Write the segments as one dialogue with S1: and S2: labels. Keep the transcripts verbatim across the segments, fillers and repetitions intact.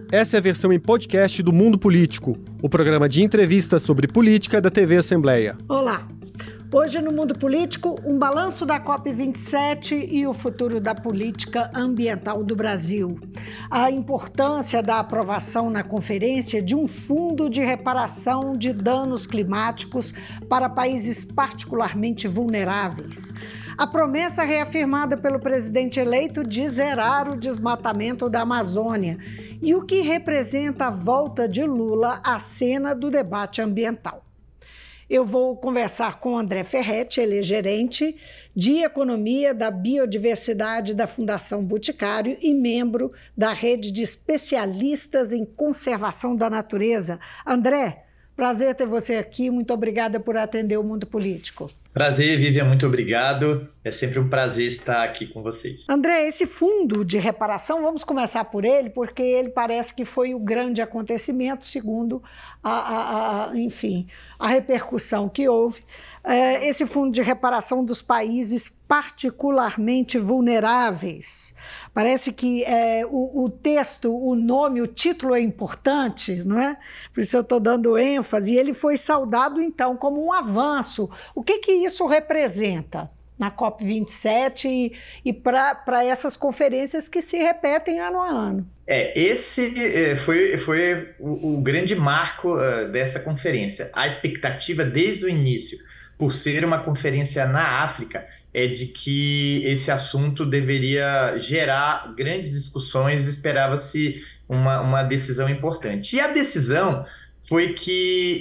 S1: Essa é a versão em podcast do Mundo Político, o programa de entrevistas sobre política da T V Assembleia.
S2: Olá! Hoje no Mundo Político, um balanço da COP vinte e sete e o futuro da política ambiental do Brasil. A importância da aprovação na conferência de um fundo de reparação de danos climáticos para países particularmente vulneráveis. A promessa reafirmada pelo presidente eleito de zerar o desmatamento da Amazônia e o que representa a volta de Lula à cena do debate ambiental. Eu vou conversar com o André Ferretti, ele é gerente de Economia da Biodiversidade da Fundação Boticário e membro da rede de especialistas em conservação da natureza. André, prazer ter você aqui, muito obrigada por atender o Mundo Político.
S3: Prazer, Vivian, muito obrigado. É sempre um prazer estar aqui com vocês.
S2: André, esse fundo de reparação, vamos começar por ele, porque ele parece que foi o grande acontecimento, segundo a, a, a, enfim, a repercussão que houve. É, esse fundo de reparação dos países particularmente vulneráveis. Parece que é, o, o texto, o nome, o título é importante, não é? Por isso eu estou dando ênfase. E ele foi saudado, então, como um avanço. O que que isso representa na COP vinte e sete e, e para essas conferências que se repetem ano a ano?
S3: É, esse foi, foi o, o grande marco uh, dessa conferência. A expectativa desde o início, por ser uma conferência na África, é de que esse assunto deveria gerar grandes discussões, esperava-se uma, uma decisão importante. E a decisão foi que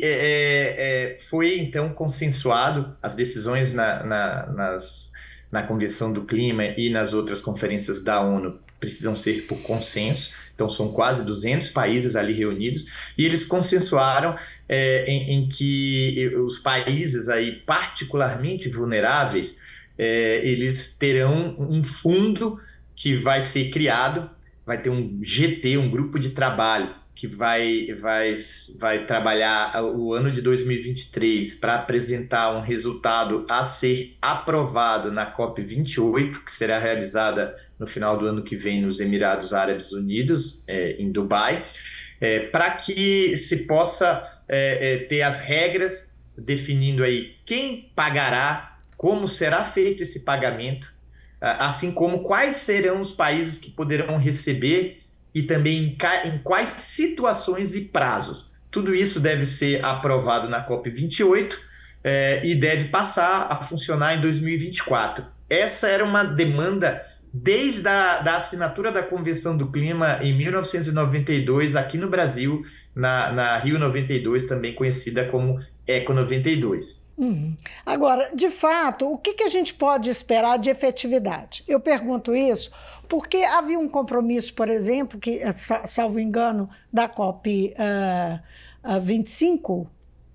S3: é, é, foi então consensuado, as decisões na, na, nas, na Convenção do Clima e nas outras conferências da ONU precisam ser por consenso, então são quase duzentos países ali reunidos, e eles consensuaram é, em, em que os países aí particularmente vulneráveis, é, eles terão um fundo que vai ser criado, vai ter um G T, um grupo de trabalho, que vai, vai, vai trabalhar o ano de dois mil e vinte e três para apresentar um resultado a ser aprovado na COP vinte e oito, que será realizada no final do ano que vem nos Emirados Árabes Unidos, é, em Dubai, é, para que se possa é, é, ter as regras definindo aí quem pagará, como será feito esse pagamento, assim como quais serão os países que poderão receber e também em quais situações e prazos. Tudo isso deve ser aprovado na COP vinte e oito eh, e deve passar a funcionar em dois mil e vinte e quatro. Essa era uma demanda desde a da assinatura da Convenção do Clima em mil novecentos e noventa e dois, aqui no Brasil, na, na Rio noventa e dois, também conhecida como Eco noventa e dois.
S2: Uhum. Agora, de fato, o que, que a gente pode esperar de efetividade? Eu pergunto isso porque havia um compromisso, por exemplo, que, salvo engano, da COP uh, uh, vinte e cinco,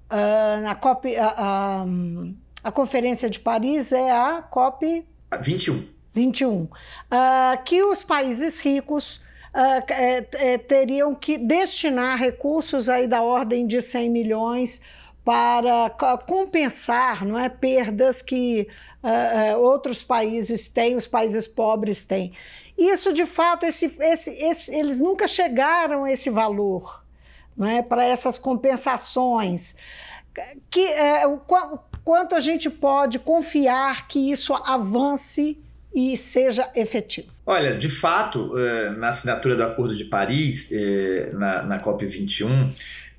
S2: uh, na COP, uh, uh, a Conferência de Paris é a COP
S3: vinte e um.
S2: vinte e um, uh, que os países ricos uh, é, é, teriam que destinar recursos aí da ordem de cem milhões para compensar, não é, perdas que uh, uh, outros países têm, os países pobres têm. Isso, de fato, esse, esse, esse, eles nunca chegaram a esse valor, não é, para essas compensações. Que, uh, o, quanto a gente pode confiar que isso avance e seja efetivo?
S3: Olha, de fato, na assinatura do Acordo de Paris, na, na COP vinte e um,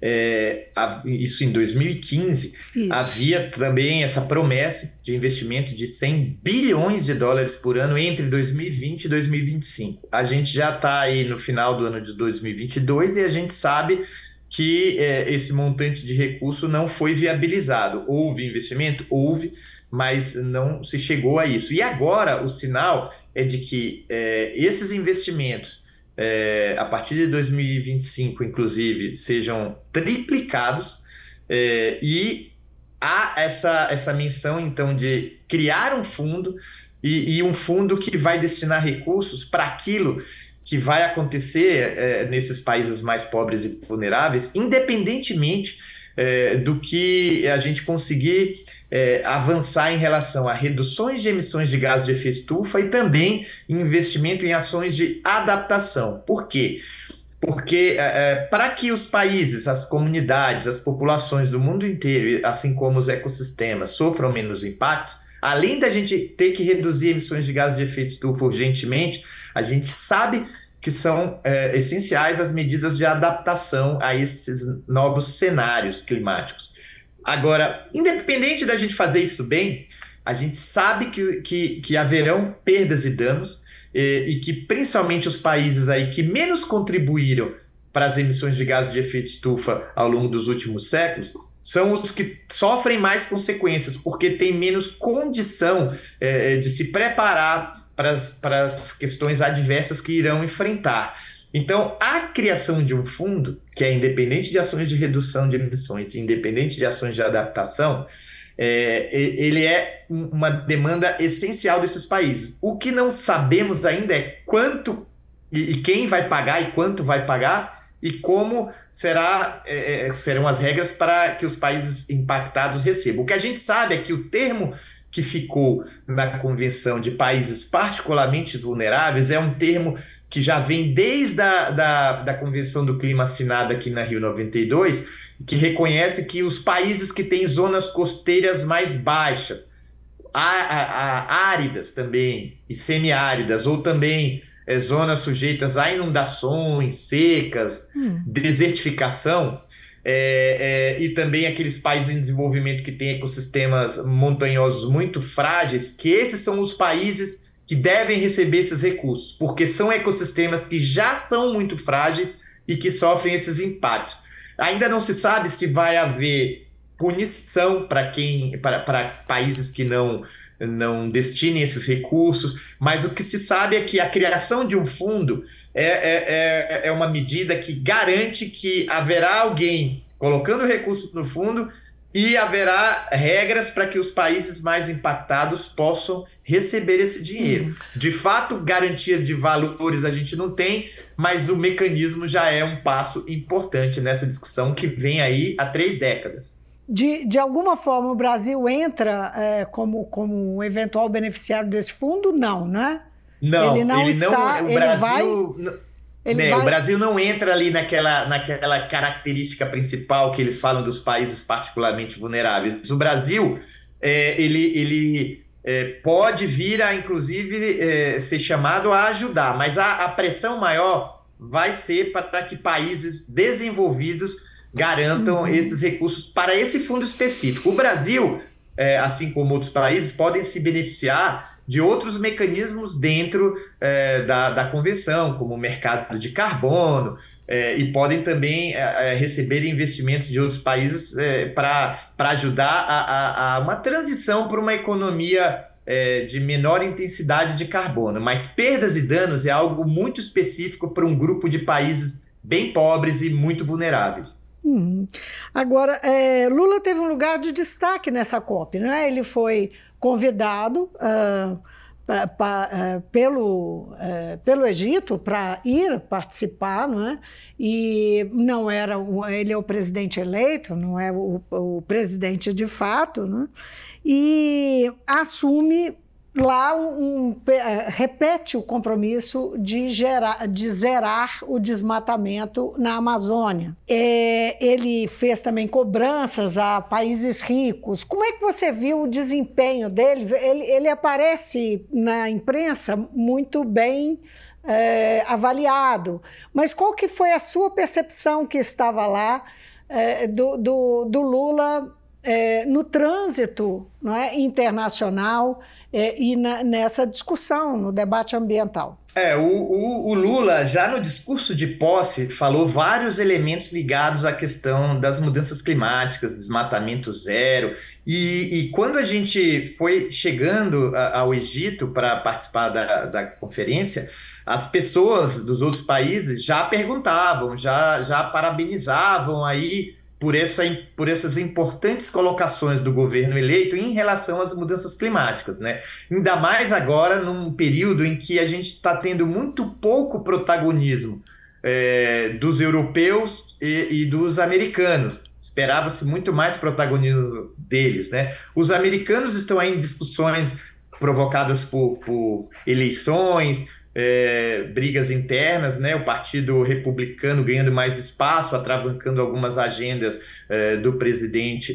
S3: é, isso em dois mil e quinze, isso. Havia também essa promessa de investimento de cem bilhões de dólares por ano entre dois mil e vinte e dois mil e vinte e cinco. A gente já está aí no final do ano de dois mil e vinte e dois e a gente sabe que é, esse montante de recurso não foi viabilizado. Houve investimento? Houve, mas não se chegou a isso. E agora o sinal é de que é, esses investimentos, é, a partir de dois mil e vinte e cinco, inclusive, sejam triplicados é, e há essa, essa menção, então, de criar um fundo e, e um fundo que vai destinar recursos para aquilo que vai acontecer é, nesses países mais pobres e vulneráveis, independentemente é, do que a gente conseguir é, avançar em relação a reduções de emissões de gases de efeito estufa e também investimento em ações de adaptação. Por quê? porque é, para que os países, as comunidades, as populações do mundo inteiro, assim como os ecossistemas, sofram menos impactos, além da gente ter que reduzir emissões de gases de efeito estufa urgentemente, a gente sabe que são é, essenciais as medidas de adaptação a esses novos cenários climáticos. Agora, independente da gente fazer isso bem, a gente sabe que, que, que haverão perdas e danos, e, e que principalmente os países aí que menos contribuíram para as emissões de gases de efeito estufa ao longo dos últimos séculos são os que sofrem mais consequências, porque têm menos condição é, de se preparar para as, para as questões adversas que irão enfrentar. Então, a criação de um fundo, que é independente de ações de redução de emissões, independente de ações de adaptação, é, ele é uma demanda essencial desses países. O que não sabemos ainda é quanto e, e quem vai pagar e quanto vai pagar e como será, é, serão as regras para que os países impactados recebam. O que a gente sabe é que o termo que ficou na Convenção de Países Particularmente Vulneráveis é um termo que já vem desde a da, da Convenção do Clima assinada aqui na Rio noventa e dois, que reconhece que os países que têm zonas costeiras mais baixas, á, á, áridas também, e semiáridas, ou também é, zonas sujeitas a inundações, secas, hum. desertificação, é, é, e também aqueles países em desenvolvimento que têm ecossistemas montanhosos muito frágeis, que esses são os países que devem receber esses recursos, porque são ecossistemas que já são muito frágeis e que sofrem esses impactos. Ainda não se sabe se vai haver punição para quem, para, para países que não, não destinem esses recursos, mas o que se sabe é que a criação de um fundo é, é, é uma medida que garante que haverá alguém colocando recursos no fundo e haverá regras para que os países mais impactados possam receber esse dinheiro. Uhum. De fato, garantia de valores a gente não tem, mas o mecanismo já é um passo importante nessa discussão que vem aí há três décadas.
S2: De, de alguma forma, o Brasil entra é, como, como um eventual beneficiário desse fundo? Não, né?
S3: Não, ele não, ele está, não o Brasil... Vai... Né, vai... O Brasil não entra ali naquela, naquela característica principal que eles falam dos países particularmente vulneráveis. O Brasil, é, ele, ele é, pode vir a, inclusive, é, ser chamado a ajudar, mas a, a pressão maior vai ser para que países desenvolvidos garantam uhum. esses recursos para esse fundo específico. O Brasil, é, assim como outros países, podem se beneficiar de outros mecanismos dentro é, da, da convenção, como o mercado de carbono, é, e podem também é, receber investimentos de outros países é, para ajudar a, a, a uma transição para uma economia é, de menor intensidade de carbono. Mas perdas e danos é algo muito específico para um grupo de países bem pobres e muito vulneráveis.
S2: Hum. Agora, é, Lula teve um lugar de destaque nessa COP, né? Ele foi convidado uh, pa, pa, uh, pelo, uh, pelo Egito para ir participar, não é? E não era, ele é o presidente eleito, não é o, o presidente de fato, né? E assume lá, um, um, repete o compromisso de, gerar, de zerar o desmatamento na Amazônia. É, ele fez também cobranças a países ricos. Como é que você viu o desempenho dele? Ele, ele aparece na imprensa muito bem é, avaliado, mas qual que foi a sua percepção que estava lá é, do, do, do Lula é, no trânsito, não é, internacional, É, e na, nessa discussão, no debate ambiental?
S3: É, o, o, o Lula, já no discurso de posse, falou vários elementos ligados à questão das mudanças climáticas, desmatamento zero, e, e quando a gente foi chegando a, ao Egito para participar da, da conferência, as pessoas dos outros países já perguntavam, já, já parabenizavam aí Por, essa, por essas importantes colocações do governo eleito em relação às mudanças climáticas, né? Ainda mais agora, num período em que a gente está tendo muito pouco protagonismo é, dos europeus e, e dos americanos. Esperava-se muito mais protagonismo deles, né? Os americanos estão aí em discussões provocadas por, por eleições, é, brigas internas, né? O Partido Republicano ganhando mais espaço, atravancando algumas agendas é, do presidente,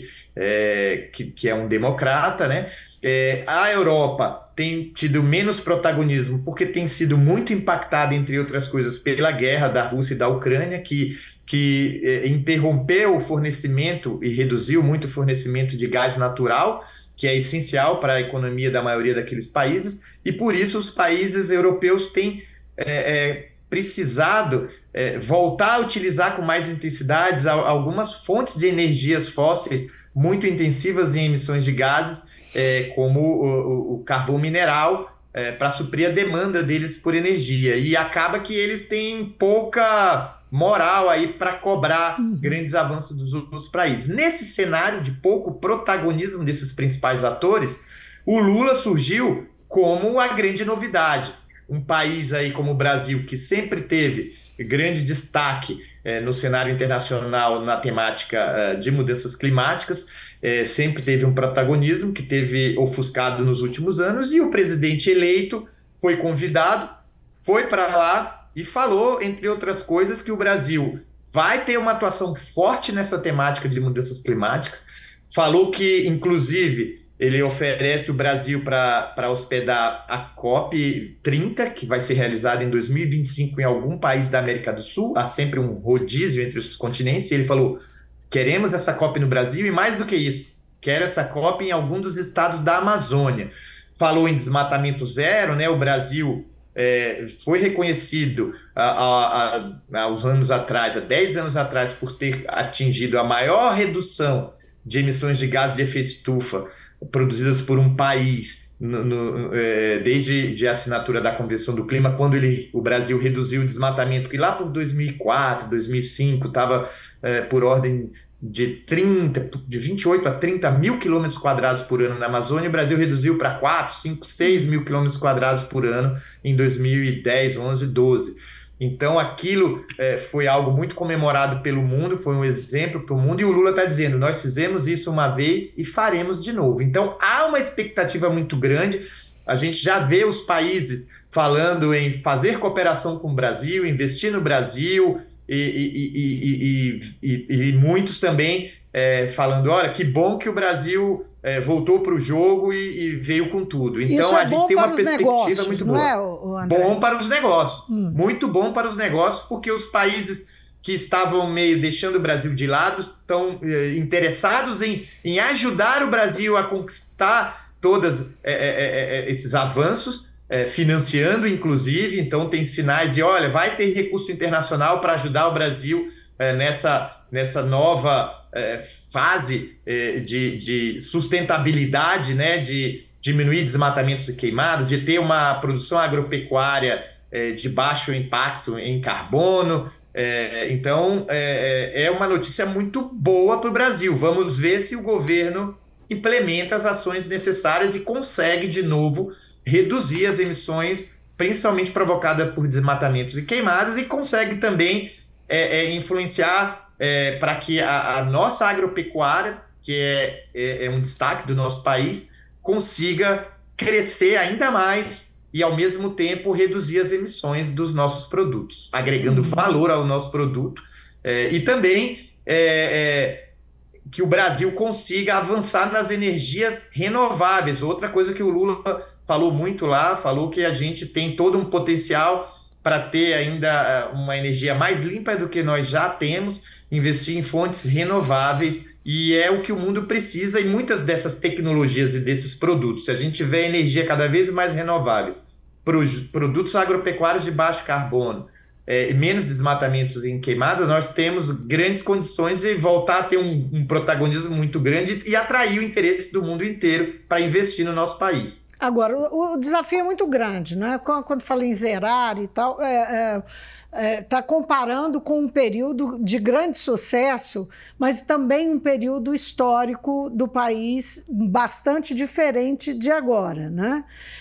S3: é, que, que é um democrata, né? É, a Europa tem tido menos protagonismo porque tem sido muito impactada, entre outras coisas, pela guerra da Rússia e da Ucrânia, que, que é, interrompeu o fornecimento e reduziu muito o fornecimento de gás natural, que é essencial para a economia da maioria daqueles países, e por isso os países europeus têm é, é, precisado é, voltar a utilizar com mais intensidade algumas fontes de energias fósseis muito intensivas em emissões de gases, é, como o, o, o carvão mineral, é, para suprir a demanda deles por energia. E acaba que eles têm pouca moral aí para cobrar uhum. grandes avanços dos outros países. Nesse cenário de pouco protagonismo desses principais atores, o Lula surgiu como a grande novidade. Um país aí como o Brasil, que sempre teve grande destaque eh, no cenário internacional na temática eh, de mudanças climáticas, eh, sempre teve um protagonismo que teve ofuscado nos últimos anos, e o presidente eleito foi convidado, foi para lá e falou, entre outras coisas, que o Brasil vai ter uma atuação forte nessa temática de mudanças climáticas. Falou que, inclusive, ele oferece o Brasil para hospedar a COP trinta, que vai ser realizada em dois mil e vinte e cinco em algum país da América do Sul. Há sempre um rodízio entre os continentes. E ele falou, queremos essa COP no Brasil e, mais do que isso, quero essa COP em algum dos estados da Amazônia. Falou em desmatamento zero, né? O Brasil é, foi reconhecido há, há, há uns anos atrás, há dez anos atrás, por ter atingido a maior redução de emissões de gases de efeito estufa produzidas por um país no, no, é, desde de assinatura da Convenção do Clima, quando ele, o Brasil reduziu o desmatamento, que lá por dois mil e quatro, dois mil e cinco estava é, por ordem de trinta, de vinte e oito a trinta mil quilômetros quadrados por ano na Amazônia. O Brasil reduziu para quatro, cinco, seis mil quilômetros quadrados por ano em dois mil e dez, onze, doze. Então aquilo é, foi algo muito comemorado pelo mundo, foi um exemplo para o mundo, e o Lula está dizendo, nós fizemos isso uma vez e faremos de novo. Então há uma expectativa muito grande, a gente já vê os países falando em fazer cooperação com o Brasil, investir no Brasil, e, e, e, e, e, e muitos também é, falando, olha, que bom que o Brasil é, voltou para o jogo e, e veio com tudo. Então
S2: é
S3: a gente tem uma perspectiva
S2: negócios,
S3: muito
S2: não
S3: boa.
S2: É, o André?
S3: Bom para os negócios,
S2: hum.
S3: muito bom para os negócios, porque os países que estavam meio deixando o Brasil de lado estão eh, interessados em, em ajudar o Brasil a conquistar todos é, é, é, esses avanços, é, financiando inclusive. Então tem sinais de, olha, vai ter recurso internacional para ajudar o Brasil é, nessa, nessa nova é, fase é, de, de sustentabilidade, né, de diminuir desmatamentos e queimadas, de ter uma produção agropecuária é, de baixo impacto em carbono. É, então, é, é uma notícia muito boa para o Brasil. Vamos ver se o governo implementa as ações necessárias e consegue, de novo, reduzir as emissões, principalmente provocadas por desmatamentos e queimadas, e consegue também é, é, influenciar é, para que a, a nossa agropecuária, que é, é, é um destaque do nosso país, consiga crescer ainda mais e, ao mesmo tempo, reduzir as emissões dos nossos produtos, agregando uhum. valor ao nosso produto, é, e também é, é, que o Brasil consiga avançar nas energias renováveis. Outra coisa que o Lula falou muito lá, falou que a gente tem todo um potencial para ter ainda uma energia mais limpa do que nós já temos, investir em fontes renováveis. E é o que o mundo precisa, e muitas dessas tecnologias e desses produtos, se a gente tiver energia cada vez mais renováveis, produtos agropecuários de baixo carbono, é, menos desmatamentos em queimadas, nós temos grandes condições de voltar a ter um, um protagonismo muito grande e atrair o interesse do mundo inteiro para investir no nosso país.
S2: Agora, o, o desafio é muito grande, né? Quando, quando fala em zerar e tal, é, é, está comparando com um período de grande sucesso, mas também um período histórico do país bastante diferente de agora, né?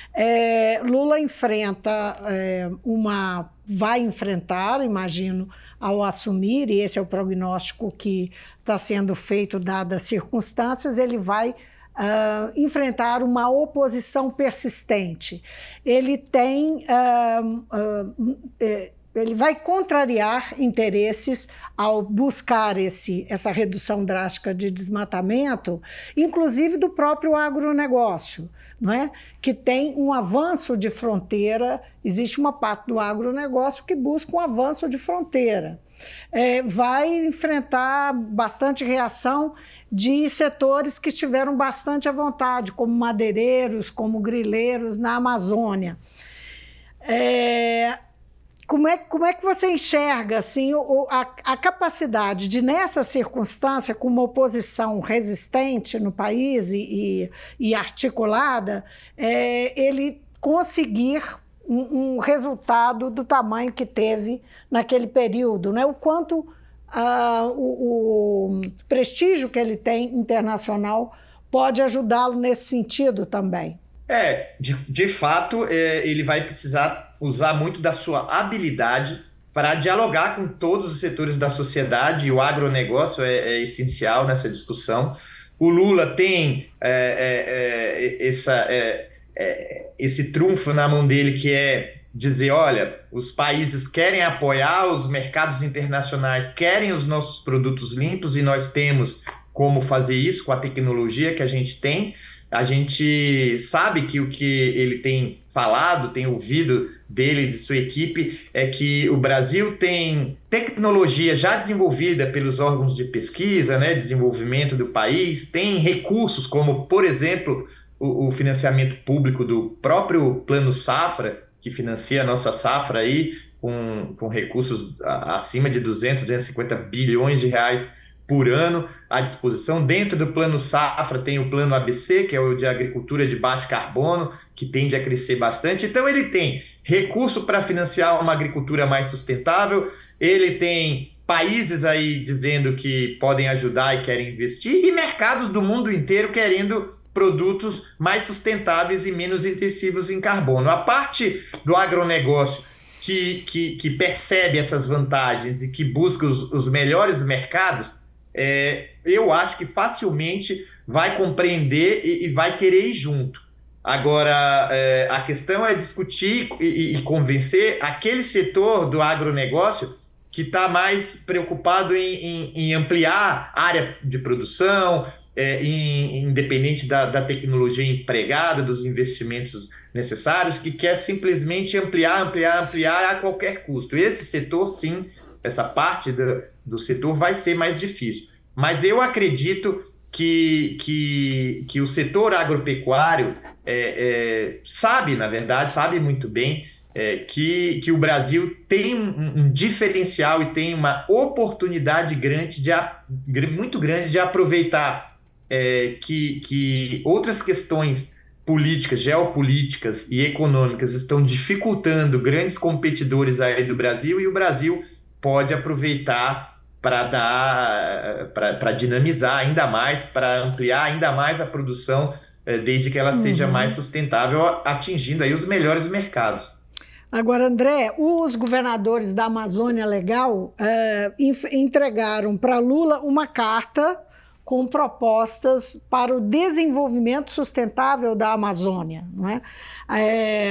S2: É, Lula enfrenta é, uma... vai enfrentar, imagino, ao assumir, e esse é o prognóstico que está sendo feito dadas as circunstâncias, ele vai uh, enfrentar uma oposição persistente. Ele tem... Uh, uh, uh, ele vai contrariar interesses ao buscar esse, essa redução drástica de desmatamento, inclusive do próprio agronegócio, não é? Que tem um avanço de fronteira, existe uma parte do agronegócio que busca um avanço de fronteira. É, vai enfrentar bastante reação de setores que estiveram bastante à vontade, como madeireiros, como grileiros na Amazônia. É... Como é, como é que você enxerga assim, o, a, a capacidade de, nessa circunstância, com uma oposição resistente no país e, e, e articulada, é, ele conseguir um, um resultado do tamanho que teve naquele período, né? O quanto ah, o, o prestígio que ele tem internacional pode ajudá-lo nesse sentido também?
S3: É, de, de fato, é, ele vai precisar usar muito da sua habilidade para dialogar com todos os setores da sociedade, e o agronegócio é, é essencial nessa discussão. O Lula tem é, é, essa, é, é, esse trunfo na mão dele, que é dizer, olha, os países querem apoiar os mercados internacionais, querem os nossos produtos limpos, e nós temos como fazer isso com a tecnologia que a gente tem. A gente sabe que o que ele tem falado, tem ouvido dele, de sua equipe, é que o Brasil tem tecnologia já desenvolvida pelos órgãos de pesquisa, né, desenvolvimento do país, tem recursos como, por exemplo, o, o financiamento público do próprio Plano Safra, que financia a nossa safra aí, com, com recursos acima de duzentos, duzentos e cinquenta bilhões de reais por ano à disposição. Dentro do Plano Safra tem o Plano A B C, que é o de agricultura de baixo carbono, que tende a crescer bastante. Então ele tem recurso para financiar uma agricultura mais sustentável, ele tem países aí dizendo que podem ajudar e querem investir, e mercados do mundo inteiro querendo produtos mais sustentáveis e menos intensivos em carbono. A parte do agronegócio que, que, que percebe essas vantagens e que busca os, os melhores mercados, É, eu acho que facilmente vai compreender e, e vai querer ir junto. Agora, é, a questão é discutir e, e convencer aquele setor do agronegócio que está mais preocupado em, em, em ampliar a área de produção, é, em, independente da, da tecnologia empregada, dos investimentos necessários, que quer simplesmente ampliar, ampliar, ampliar a qualquer custo. Esse setor, sim, essa parte do, do setor vai ser mais difícil. Mas eu acredito que, que, que o setor agropecuário é, é, sabe, na verdade, sabe muito bem é, que, que o Brasil tem um, um diferencial e tem uma oportunidade grande de, muito grande de aproveitar é, que, que outras questões políticas, geopolíticas e econômicas estão dificultando grandes competidores aí do Brasil, e o Brasil pode aproveitar para dar, para dinamizar ainda mais, para ampliar ainda mais a produção, desde que ela uhum. seja mais sustentável, atingindo aí os melhores mercados.
S2: Agora, André, os governadores da Amazônia Legal é, entregaram para Lula uma carta com propostas para o desenvolvimento sustentável da Amazônia, não é? É,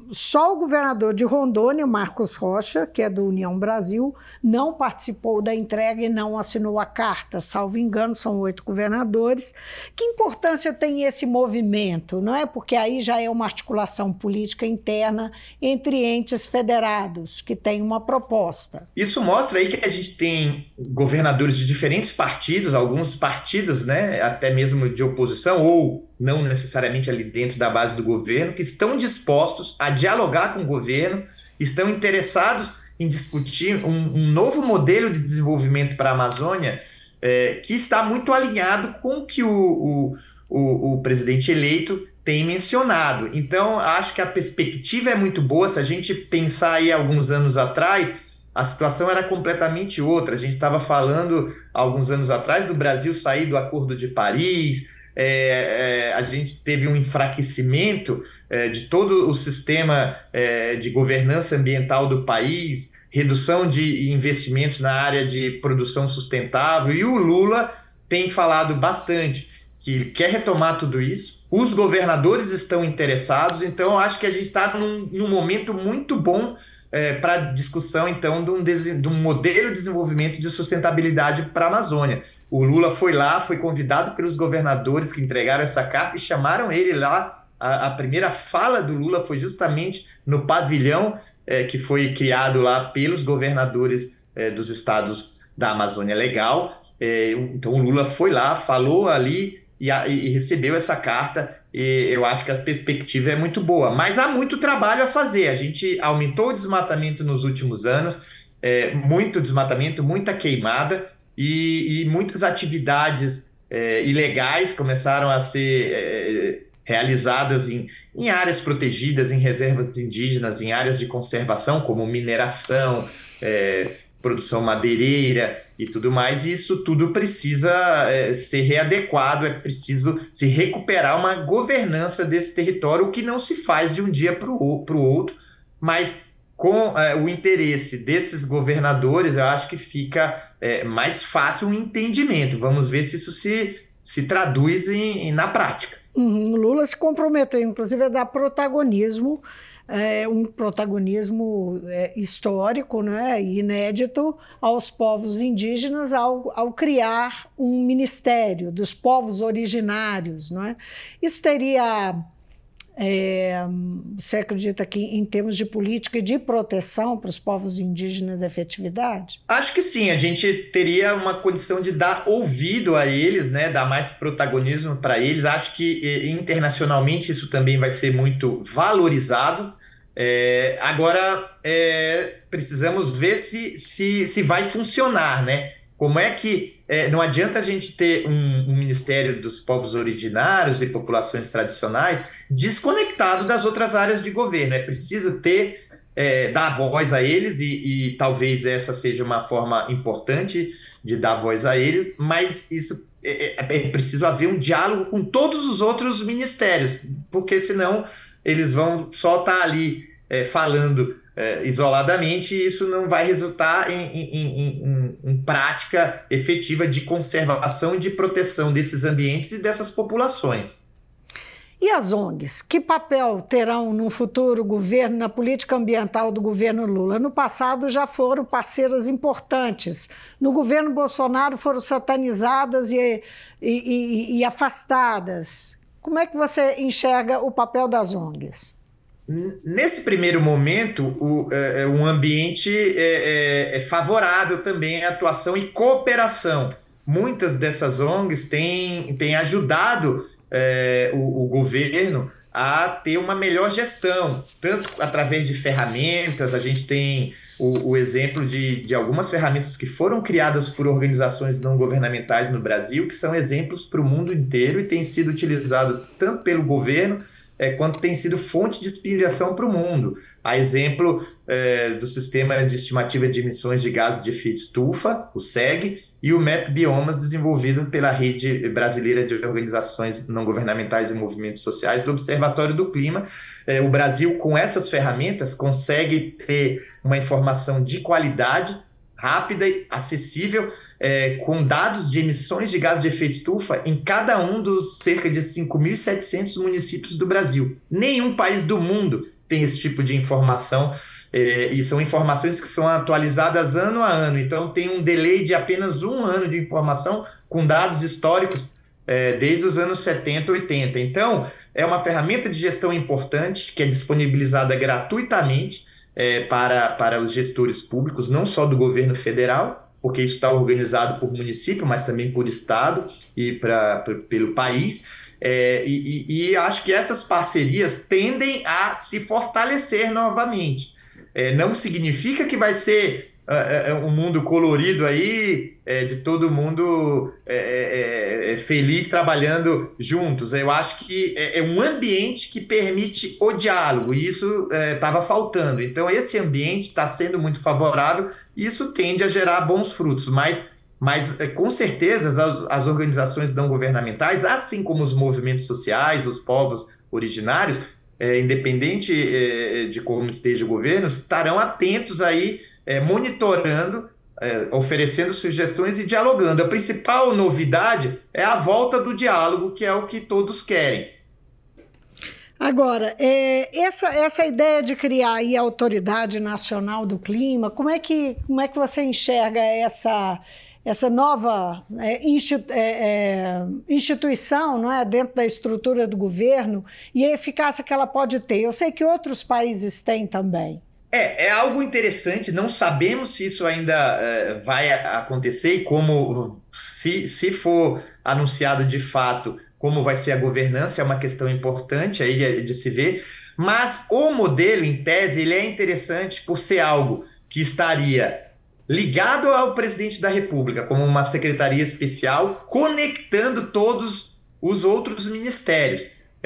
S2: só o governador de Rondônia, Marcos Rocha, que é do União Brasil, não participou da entrega e não assinou a carta. Salvo engano, são oito governadores. Que importância tem esse movimento, não é? Porque aí já é uma articulação política interna entre entes federados, que tem uma proposta.
S3: Isso mostra aí que a gente tem governadores de diferentes partidos, alguns partidos, né, até mesmo de oposição, ou não necessariamente ali dentro da base do governo, que estão dispostos a dialogar com o governo, estão interessados em discutir um, um novo modelo de desenvolvimento para a Amazônia, é, que está muito alinhado com o que o, o, o, o presidente eleito tem mencionado. Então, acho que a perspectiva é muito boa. Se a gente pensar aí alguns anos atrás, a situação era completamente outra. A gente estava falando, alguns anos atrás, do Brasil sair do Acordo de Paris. É, é, a gente teve um enfraquecimento é, de todo o sistema é, de governança ambiental do país, redução de investimentos na área de produção sustentável, e o Lula tem falado bastante que ele quer retomar tudo isso, os governadores estão interessados, então eu acho que a gente está num, num momento muito bom é, para discussão, então, de um, de um modelo de desenvolvimento de sustentabilidade para a Amazônia. O Lula foi lá, foi convidado pelos governadores que entregaram essa carta e chamaram ele lá. A, a primeira fala do Lula foi justamente no pavilhão é, que foi criado lá pelos governadores é, dos estados da Amazônia Legal. É, então o Lula foi lá, falou ali e, a, e recebeu essa carta, e eu acho que a perspectiva é muito boa. Mas há muito trabalho a fazer. A gente aumentou o desmatamento nos últimos anos, é, muito desmatamento, muita queimada, e, e muitas atividades é, ilegais começaram a ser é, realizadas em, em áreas protegidas, em reservas indígenas, em áreas de conservação, como mineração, é, produção madeireira e tudo mais, e isso tudo precisa é, ser readequado, é preciso se recuperar uma governança desse território, o que não se faz de um dia para o outro, mas com é, o interesse desses governadores, eu acho que fica é, mais fácil um entendimento. Vamos ver se isso se, se traduz em, em, na prática.
S2: Uhum. Lula se comprometeu, inclusive, a dar protagonismo, é, um protagonismo é, histórico, né, inédito aos povos indígenas ao, ao criar um ministério dos povos originários. Não é? Isso teria... É, você acredita que em termos de política e de proteção para os povos indígenas efetividade?
S3: Acho que sim, a gente teria uma condição de dar ouvido a eles, né, dar mais protagonismo para eles. Acho que internacionalmente isso também vai ser muito valorizado. É, agora é, precisamos ver se, se, se vai funcionar, né? Como é que é, não adianta a gente ter um, um Ministério dos Povos Originários e Populações Tradicionais desconectado das outras áreas de governo. É preciso ter, é, dar voz a eles e, e talvez essa seja uma forma importante de dar voz a eles, mas isso é, é preciso haver um diálogo com todos os outros ministérios, porque senão eles vão só estar ali é, falando É, isoladamente, e isso não vai resultar em, em, em, em prática efetiva de conservação e de proteção desses ambientes e dessas populações.
S2: E as O N Gs? Que papel terão no futuro governo, na política ambiental do governo Lula? No passado já foram parceiras importantes. No governo Bolsonaro foram satanizadas e, e, e, e afastadas. Como é que você enxerga o papel das O N Gs?
S3: Nesse primeiro momento, o, é, um ambiente é, é, é favorável também à atuação e cooperação. Muitas dessas O N Gs têm, têm ajudado é, o, o governo a ter uma melhor gestão, tanto através de ferramentas. A gente tem o, o exemplo de, de algumas ferramentas que foram criadas por organizações não governamentais no Brasil, que são exemplos para o mundo inteiro e têm sido utilizados tanto pelo governo É, quanto tem sido fonte de inspiração para o mundo. A exemplo é, do Sistema de Estimativa de Emissões de Gases de Efeito Estufa, o S E G, e o Map Biomas, desenvolvido pela Rede Brasileira de Organizações Não Governamentais e Movimentos Sociais do Observatório do Clima. É, o Brasil, com essas ferramentas, consegue ter uma informação de qualidade, rápida e acessível, é, com dados de emissões de gás de efeito estufa em cada um dos cerca de cinco mil e setecentos municípios do Brasil. Nenhum país do mundo tem esse tipo de informação, é, e são informações que são atualizadas ano a ano, então tem um delay de apenas um ano de informação com dados históricos é, desde os anos setenta, oitenta. Então, é uma ferramenta de gestão importante que é disponibilizada gratuitamente É, para, para os gestores públicos, não só do governo federal, porque isso está organizado por município, mas também por estado e pra, pra, pelo país. É, e, e, e acho que essas parcerias tendem a se fortalecer novamente. É, não significa que vai ser uh, uh, um mundo colorido aí, é, de todo mundo é, é, feliz trabalhando juntos. Eu acho que é, é um ambiente que permite o diálogo, e isso estava é, faltando. Então esse ambiente está sendo muito favorável e isso tende a gerar bons frutos, mas, mas com certeza as, as organizações não governamentais, assim como os movimentos sociais, os povos originários, é, independente é, de como esteja o governo, estarão atentos aí, é, monitorando é, oferecendo sugestões e dialogando. A principal novidade é a volta do diálogo, que é o que todos querem.
S2: Agora, é, essa, essa ideia de criar aí a Autoridade Nacional do Clima, como é que, como é que você enxerga essa, essa nova é, institu, é, é, instituição, não é, dentro da estrutura do governo e a eficácia que ela pode ter? Eu sei que outros países têm também.
S3: É, é algo interessante, não sabemos se isso ainda é, vai acontecer e como, se, se for anunciado de fato, como vai ser a governança, é uma questão importante aí de se ver, mas o modelo, em tese, ele é interessante por ser algo que estaria ligado ao presidente da República, como uma secretaria especial, conectando todos os outros ministérios.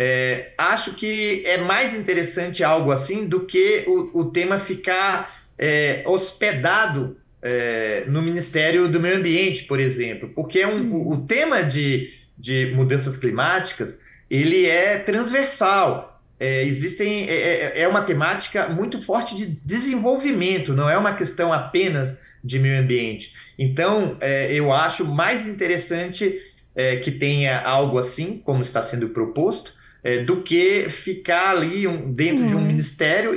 S3: É, acho que é mais interessante algo assim do que o, o tema ficar é, hospedado é, no Ministério do Meio Ambiente, por exemplo, porque é um, o, o tema de de mudanças climáticas, ele é transversal. É, existem, é, é uma temática muito forte de desenvolvimento, não é uma questão apenas de meio ambiente. Então, é, eu acho mais interessante é, que tenha algo assim, como está sendo proposto, é, do que ficar ali um, dentro uhum. de um ministério e,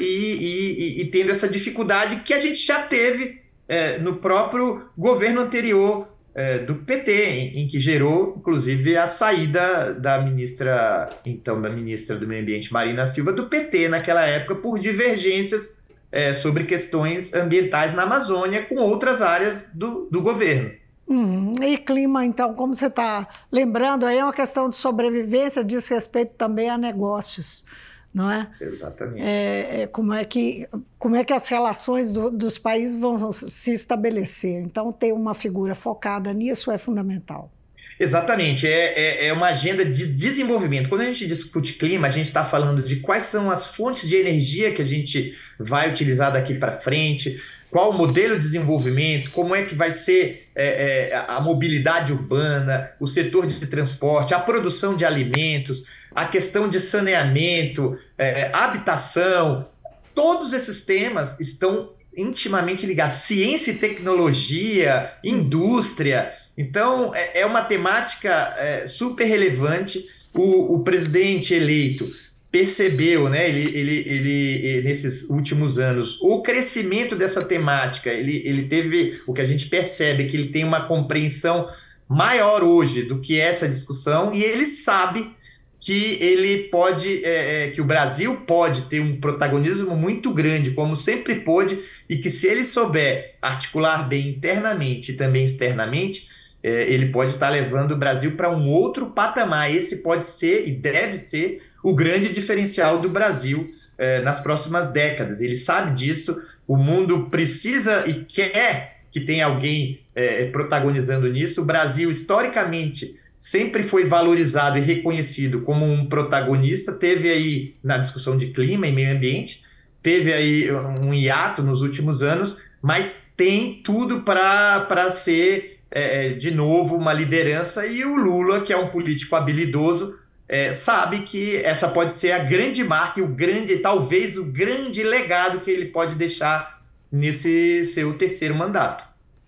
S3: e, e tendo essa dificuldade que a gente já teve é, no próprio governo anterior, É, do P T, em, em que gerou, inclusive, a saída da ministra, então, da ministra do Meio Ambiente, Marina Silva, do P T naquela época, por divergências é, sobre questões ambientais na Amazônia com outras áreas do, do governo.
S2: Hum, e clima, então, como você está lembrando, aí é uma questão de sobrevivência, diz respeito também a negócios. Não é?
S3: Exatamente.
S2: É, é, como, é que, como é que as relações do, dos países vão se estabelecer? Então, ter uma figura focada nisso é fundamental.
S3: Exatamente, é, é, é uma agenda de desenvolvimento. Quando a gente discute clima, a gente está falando de quais são as fontes de energia que a gente vai utilizar daqui para frente, qual o modelo de desenvolvimento, como é que vai ser é, é, a mobilidade urbana, o setor de transporte, a produção de alimentos, a questão de saneamento, é, habitação. Todos esses temas estão intimamente ligados. Ciência e tecnologia, indústria. Então, é, é uma temática é, super relevante. O, o presidente eleito percebeu, né, ele, ele, ele, nesses últimos anos, o crescimento dessa temática. Ele, ele teve, o que a gente percebe, que ele tem uma compreensão maior hoje do que essa discussão, e ele sabe que ele pode, é, é, que o Brasil pode ter um protagonismo muito grande, como sempre pôde, e que se ele souber articular bem internamente e também externamente, é, ele pode estar levando o Brasil para um outro patamar. Esse pode ser e deve ser o grande diferencial do Brasil é, nas próximas décadas. Ele sabe disso, o mundo precisa e quer que tenha alguém é, protagonizando nisso. O Brasil, historicamente, sempre foi valorizado e reconhecido como um protagonista, teve aí na discussão de clima e meio ambiente, teve aí um hiato nos últimos anos, mas tem tudo para ser, é, de novo, uma liderança, e o Lula, que é um político habilidoso, é, sabe que essa pode ser a grande marca e o grande, talvez o grande legado que ele pode deixar nesse seu terceiro mandato.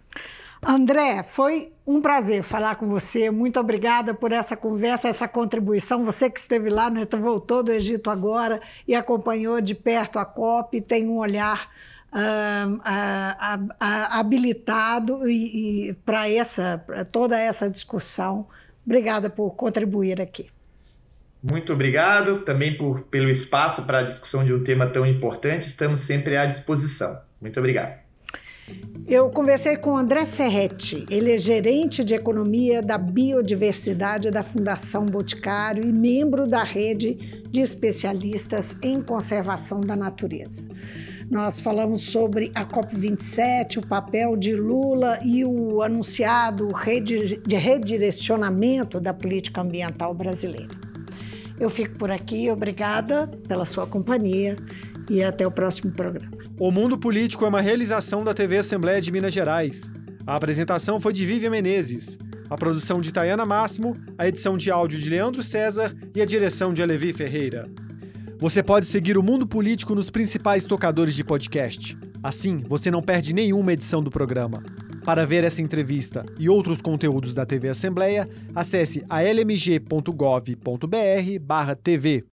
S2: André, foi um prazer falar com você. Muito obrigada por essa conversa, essa contribuição. Você que esteve lá, né, voltou do Egito agora e acompanhou de perto a COP, tem um olhar uh, uh, uh, uh, habilitado e, e para essa, pra toda essa discussão. Obrigada por contribuir aqui.
S3: Muito obrigado também por, pelo espaço para a discussão de um tema tão importante. Estamos sempre à disposição. Muito obrigado.
S2: Eu conversei com o André Ferretti, ele é gerente de economia da biodiversidade da Fundação Boticário e membro da rede de especialistas em conservação da natureza. Nós falamos sobre a COP vinte e sete, o papel de Lula e o anunciado de redirecionamento da política ambiental brasileira. Eu fico por aqui, obrigada pela sua companhia e até o próximo programa.
S1: O Mundo Político é uma realização da T V Assembleia de Minas Gerais. A apresentação foi de Vivian Menezes, a produção de Tayana Máximo, a edição de áudio de Leandro César e a direção de Alevi Ferreira. Você pode seguir o Mundo Político nos principais tocadores de podcast. Assim, você não perde nenhuma edição do programa. Para ver essa entrevista e outros conteúdos da T V Assembleia, acesse a l m g ponto gov ponto b r barra T V.